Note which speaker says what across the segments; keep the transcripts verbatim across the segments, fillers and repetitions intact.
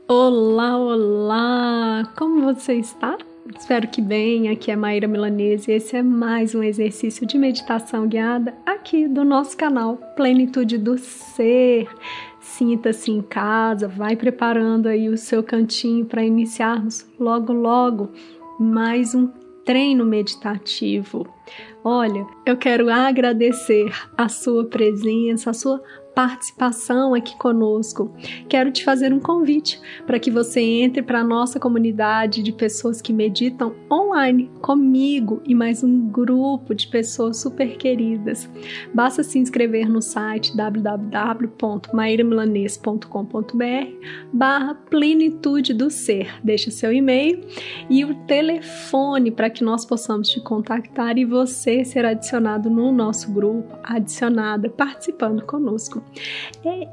Speaker 1: Olá, olá! Como você está? Espero que bem. Aqui é Maíra Milanese e esse é mais um exercício de meditação guiada aqui do nosso canal Plenitude do Ser. Sinta-se em casa, vai preparando aí o seu cantinho para iniciarmos logo, logo mais um treino meditativo. Olha, eu quero agradecer a sua presença, a sua participação aqui conosco. Quero te fazer um convite para que você entre para a nossa comunidade de pessoas que meditam online comigo e mais um grupo de pessoas super queridas. Basta se inscrever no site w w w ponto maíra milanese ponto com ponto b r barra plenitude do ser. Deixa seu e-mail e o telefone para que nós possamos te contactar e você ser adicionado no nosso grupo, adicionada, participando conosco. É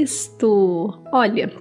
Speaker 1: isto! Olha,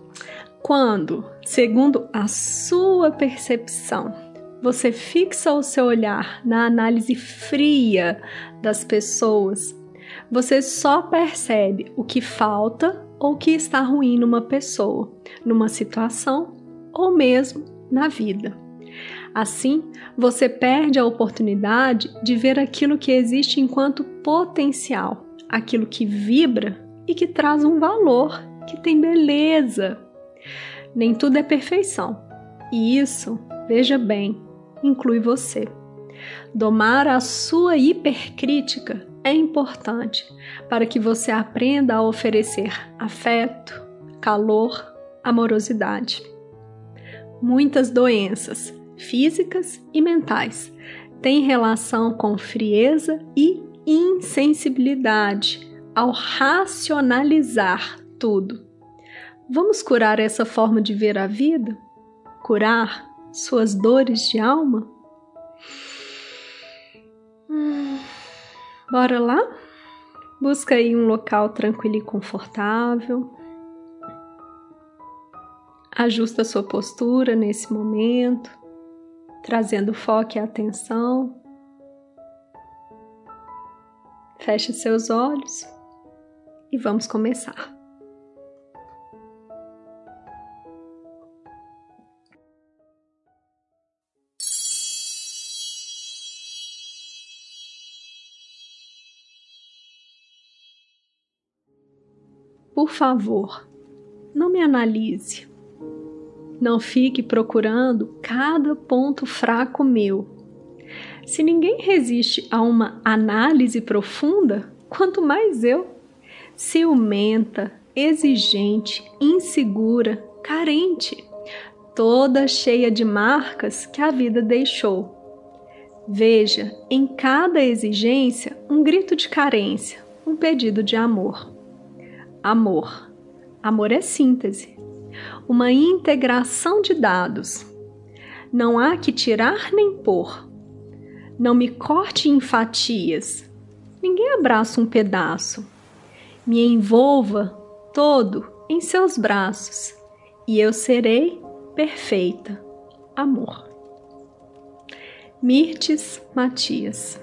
Speaker 1: quando, segundo a sua percepção, você fixa o seu olhar na análise fria das pessoas, você só percebe o que falta ou o que está ruim numa pessoa, numa situação ou mesmo na vida. Assim, você perde a oportunidade de ver aquilo que existe enquanto potencial, aquilo que vibra e que traz um valor, que tem beleza. Nem tudo é perfeição, e isso, veja bem, inclui você. Domar a sua hipercrítica é importante para que você aprenda a oferecer afeto, calor, amorosidade. Muitas doenças físicas e mentais têm relação com frieza e insensibilidade ao racionalizar tudo. Vamos curar essa forma de ver a vida? Curar suas dores de alma? Hum, bora lá? Busca aí um local tranquilo e confortável. Ajusta a sua postura nesse momento, trazendo foco e atenção. Feche seus olhos e vamos começar. Por favor, não me analise. Não fique procurando cada ponto fraco meu. Se ninguém resiste a uma análise profunda, quanto mais eu. Ciumenta, exigente, insegura, carente, toda cheia de marcas que a vida deixou. Veja em cada exigência um grito de carência, um pedido de amor. Amor. Amor é síntese, uma integração de dados. Não há que tirar nem pôr. Não me corte em fatias. Ninguém abraça um pedaço. Me envolva todo em seus braços e eu serei perfeita. Amor. Mirtes Matias.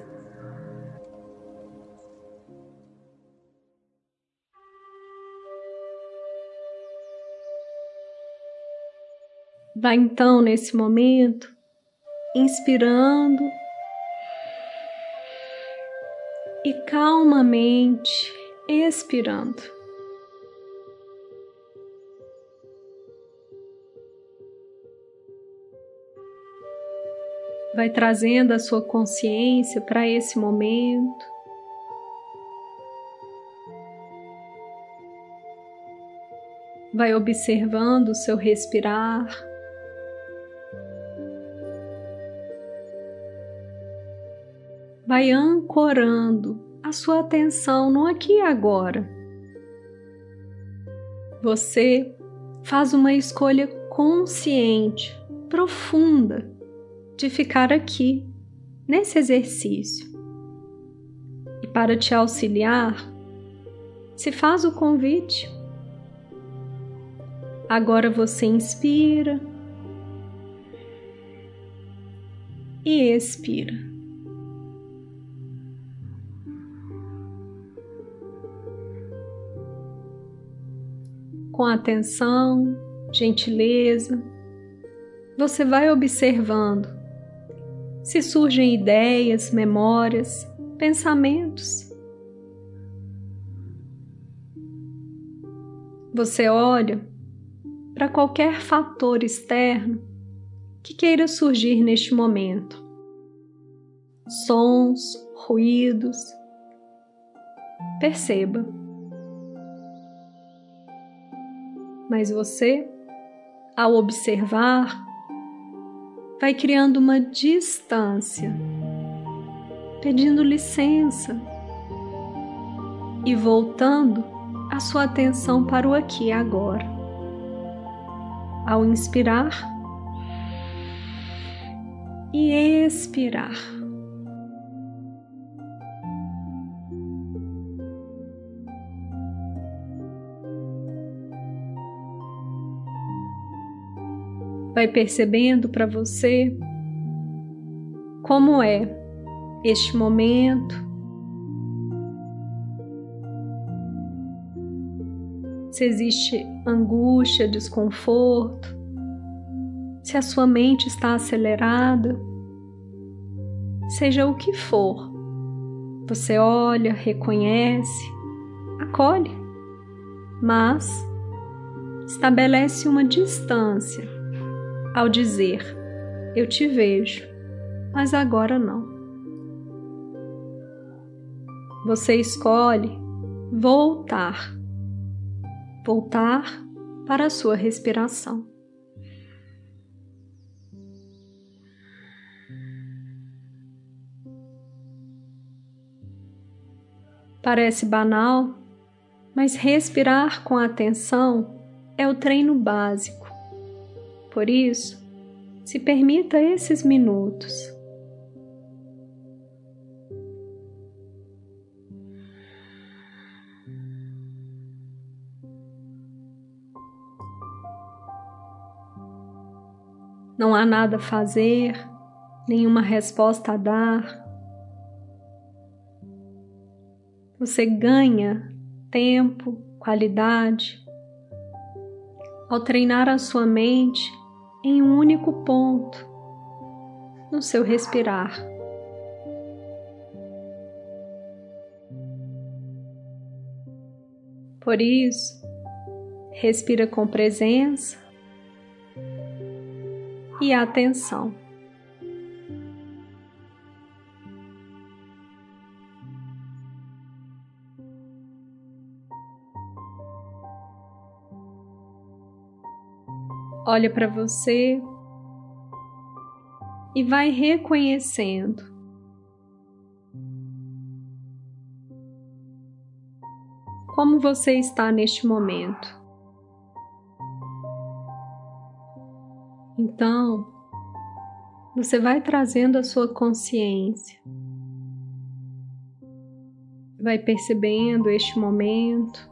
Speaker 1: Vai então, nesse momento, inspirando e calmamente expirando. Vai trazendo a sua consciência para esse momento. Vai observando o seu respirar. Vai ancorando a sua atenção no aqui e agora. Você faz uma escolha consciente, profunda, de ficar aqui, nesse exercício. E para te auxiliar, se faz o convite. Agora você inspira e expira. Com atenção, gentileza. Você vai observando se surgem ideias, memórias, pensamentos. Você olha para qualquer fator externo que queira surgir neste momento. Sons, ruídos. Perceba. Mas você, ao observar, vai criando uma distância, pedindo licença e voltando a sua atenção para o aqui e agora. Ao inspirar e expirar. Vai percebendo para você como é este momento, se existe angústia, desconforto, se a sua mente está acelerada, seja o que for, você olha, reconhece, acolhe, mas estabelece uma distância ao dizer, eu te vejo, mas agora não. Você escolhe voltar, voltar para a sua respiração. Parece banal, mas respirar com atenção é o treino básico. Por isso, se permita esses minutos. Não há nada a fazer, nenhuma resposta a dar. Você ganha tempo, qualidade, ao treinar a sua mente em um único ponto, no seu respirar. Por isso, respira com presença e atenção. Olha para você e vai reconhecendo como você está neste momento. Então, você vai trazendo a sua consciência, vai percebendo este momento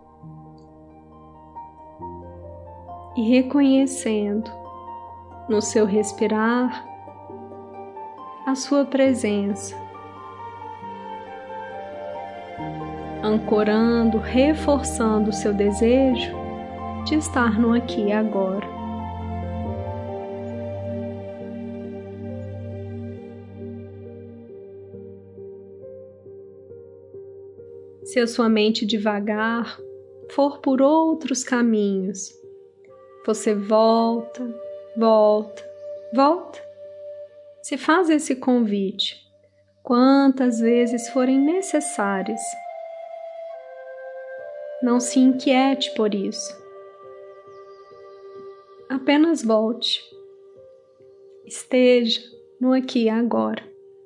Speaker 1: e reconhecendo no seu respirar a sua presença, ancorando, reforçando o seu desejo de estar no aqui e agora. Se a sua mente devagar for por outros caminhos, você volta, volta, volta. Se faz esse convite quantas vezes forem necessárias. Não se inquiete por isso. Apenas volte. Esteja no aqui e agora.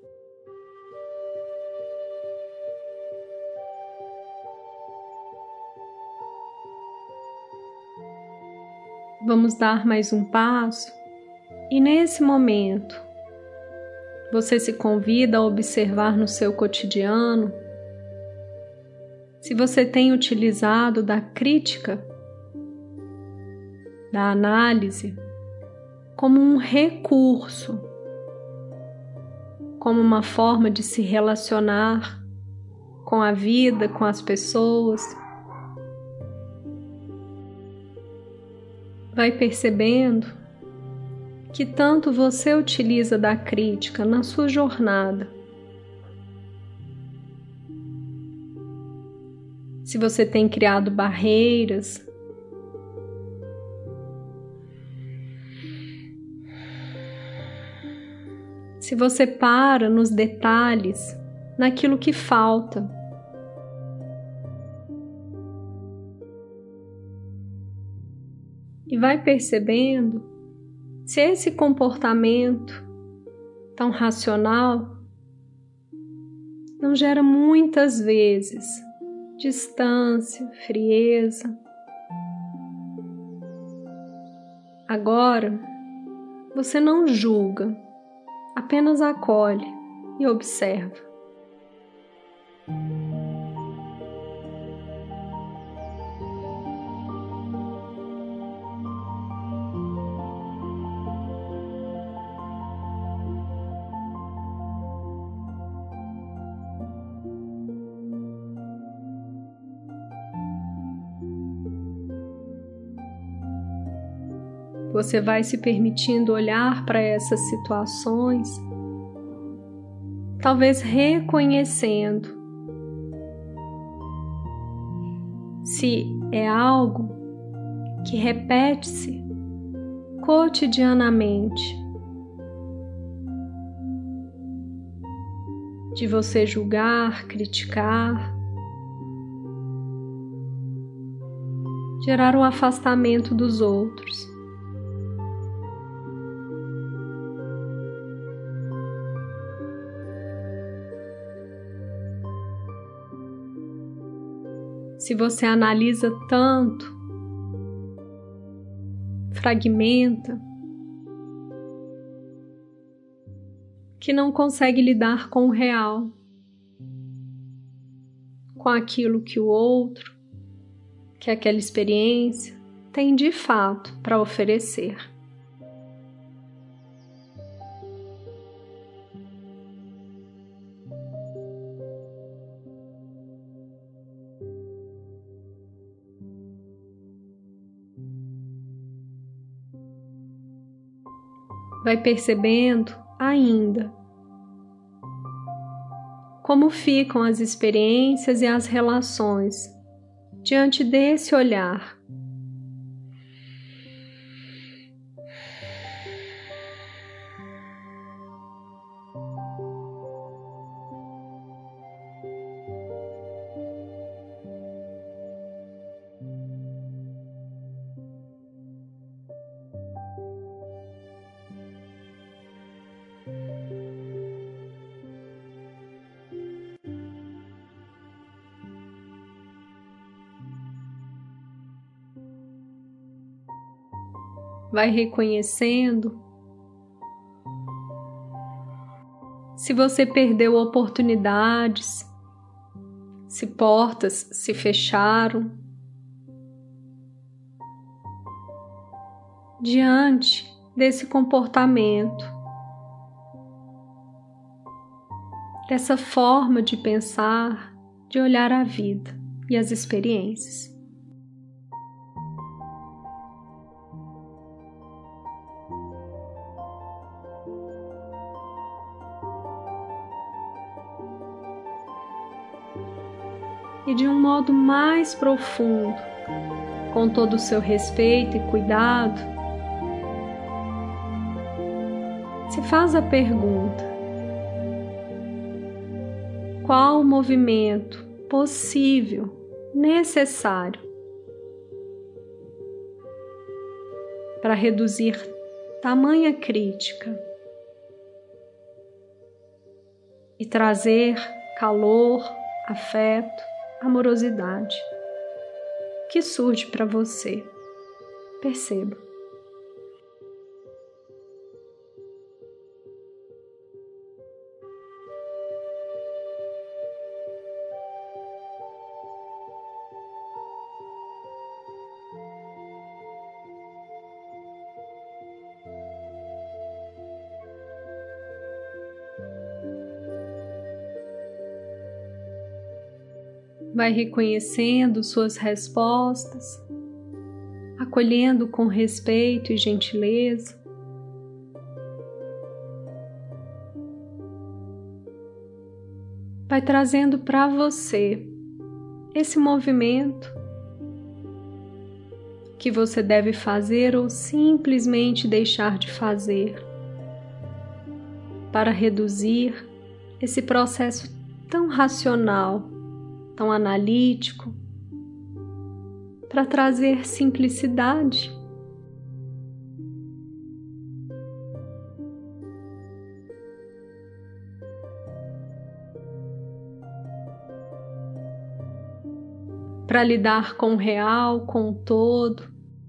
Speaker 1: Vamos dar mais um passo e nesse momento você se convida a observar no seu cotidiano se você tem utilizado da crítica, da análise, como um recurso, como uma forma de se relacionar com a vida, com as pessoas. Vai percebendo que tanto você utiliza da crítica na sua jornada. Se você tem criado barreiras, se você para nos detalhes, naquilo que falta. E vai percebendo se esse comportamento tão racional não gera muitas vezes distância, frieza. Agora, você não julga, apenas acolhe e observa. Você vai se permitindo olhar para essas situações, talvez reconhecendo se é algo que repete-se cotidianamente, de você julgar, criticar, gerar um afastamento dos outros. Se você analisa tanto, fragmenta, que não consegue lidar com o real, com aquilo que o outro, que aquela experiência tem de fato para oferecer. Vai percebendo ainda como ficam as experiências e as relações diante desse olhar. Vai reconhecendo se você perdeu oportunidades, se portas se fecharam diante desse comportamento, dessa forma de pensar, de olhar a vida e as experiências. E de um modo mais profundo, com todo o seu respeito e cuidado, se faz a pergunta: qual o movimento possível, necessário, para reduzir tamanha crítica e trazer calor, afeto, amorosidade que surge para você? Perceba. Vai reconhecendo suas respostas, acolhendo com respeito e gentileza. Vai trazendo para você esse movimento que você deve fazer ou simplesmente deixar de fazer para reduzir esse processo tão racional, tão analítico, para trazer simplicidade. Para lidar com o real, com o todo.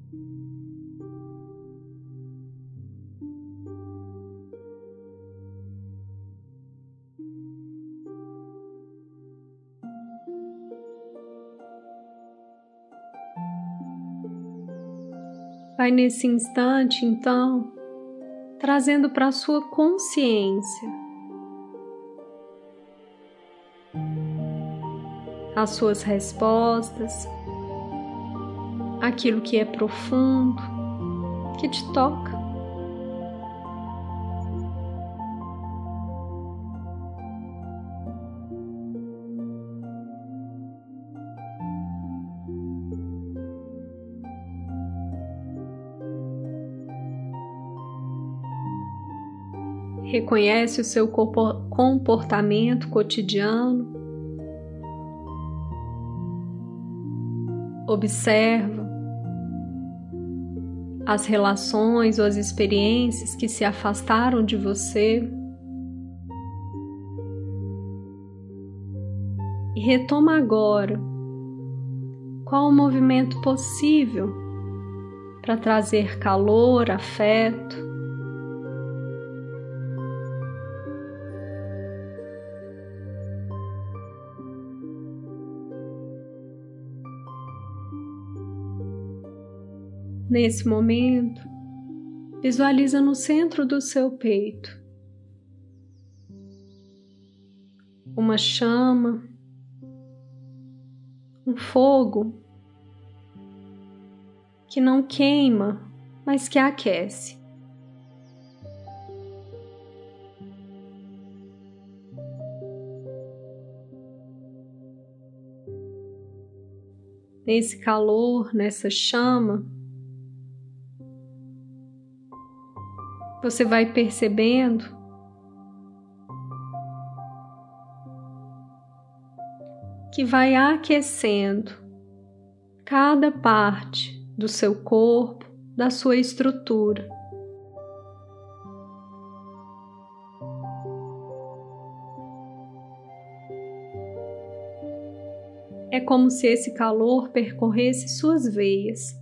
Speaker 1: Vai nesse instante, então, trazendo para a sua consciência as suas respostas, aquilo que é profundo, que te toca. Reconhece o seu comportamento cotidiano. Observa as relações ou as experiências que se afastaram de você. E retoma agora qual o movimento possível para trazer calor, afeto. Nesse momento, visualiza no centro do seu peito uma chama, um fogo que não queima, mas que aquece. Nesse calor, nessa chama, você vai percebendo que vai aquecendo cada parte do seu corpo, da sua estrutura. É como se esse calor percorresse suas veias.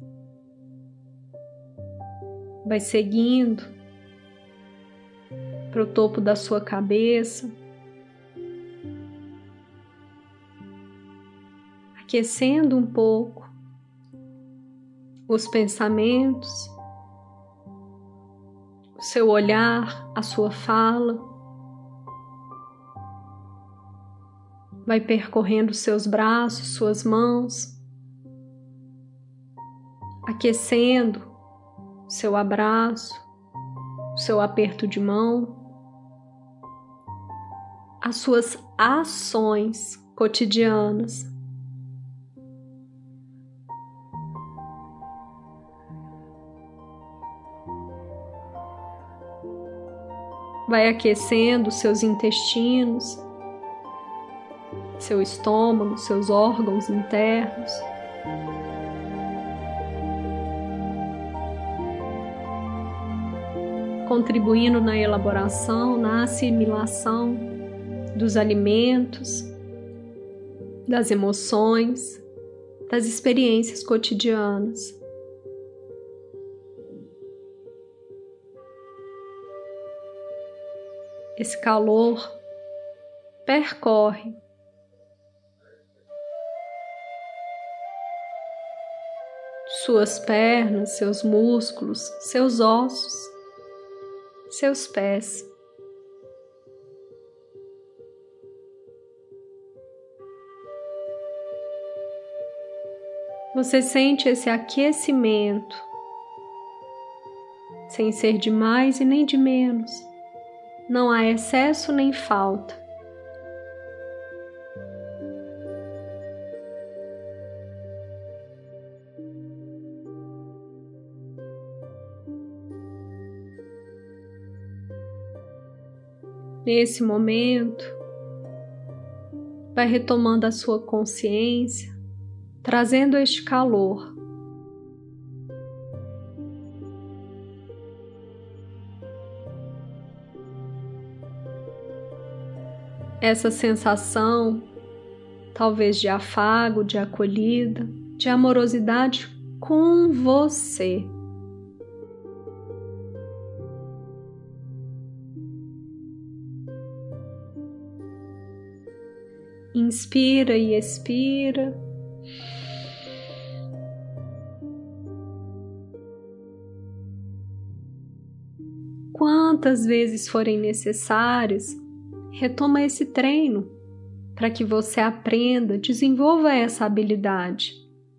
Speaker 1: Vai seguindo para o topo da sua cabeça, aquecendo um pouco os pensamentos, o seu olhar, a sua fala. Vai percorrendo seus braços, suas mãos, aquecendo seu abraço, seu aperto de mão, as suas ações cotidianas. Vai aquecendo seus intestinos, seu estômago, seus órgãos internos. Contribuindo na elaboração, na assimilação dos alimentos, das emoções, das experiências cotidianas. Esse calor percorre suas pernas, seus músculos, seus ossos, seus pés. Você sente esse aquecimento, sem ser de mais e nem de menos. Não há excesso nem falta. Nesse momento, vai retomando a sua consciência, trazendo este calor. Essa sensação, talvez de afago, de acolhida, de amorosidade com você. Inspira e expira. Quantas vezes forem necessárias, retoma esse treino para que você aprenda, desenvolva essa habilidade.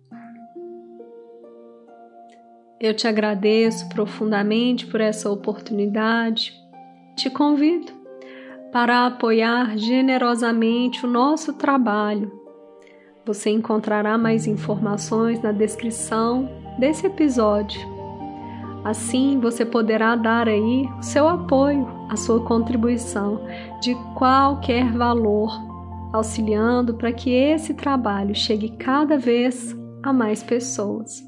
Speaker 1: Eu te agradeço profundamente por essa oportunidade. Te convido para apoiar generosamente o nosso trabalho. Você encontrará mais informações na descrição desse episódio. Assim, você poderá dar aí o seu apoio, a sua contribuição de qualquer valor, auxiliando para que esse trabalho chegue cada vez a mais pessoas.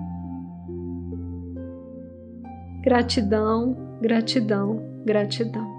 Speaker 1: Gratidão, gratidão, gratidão.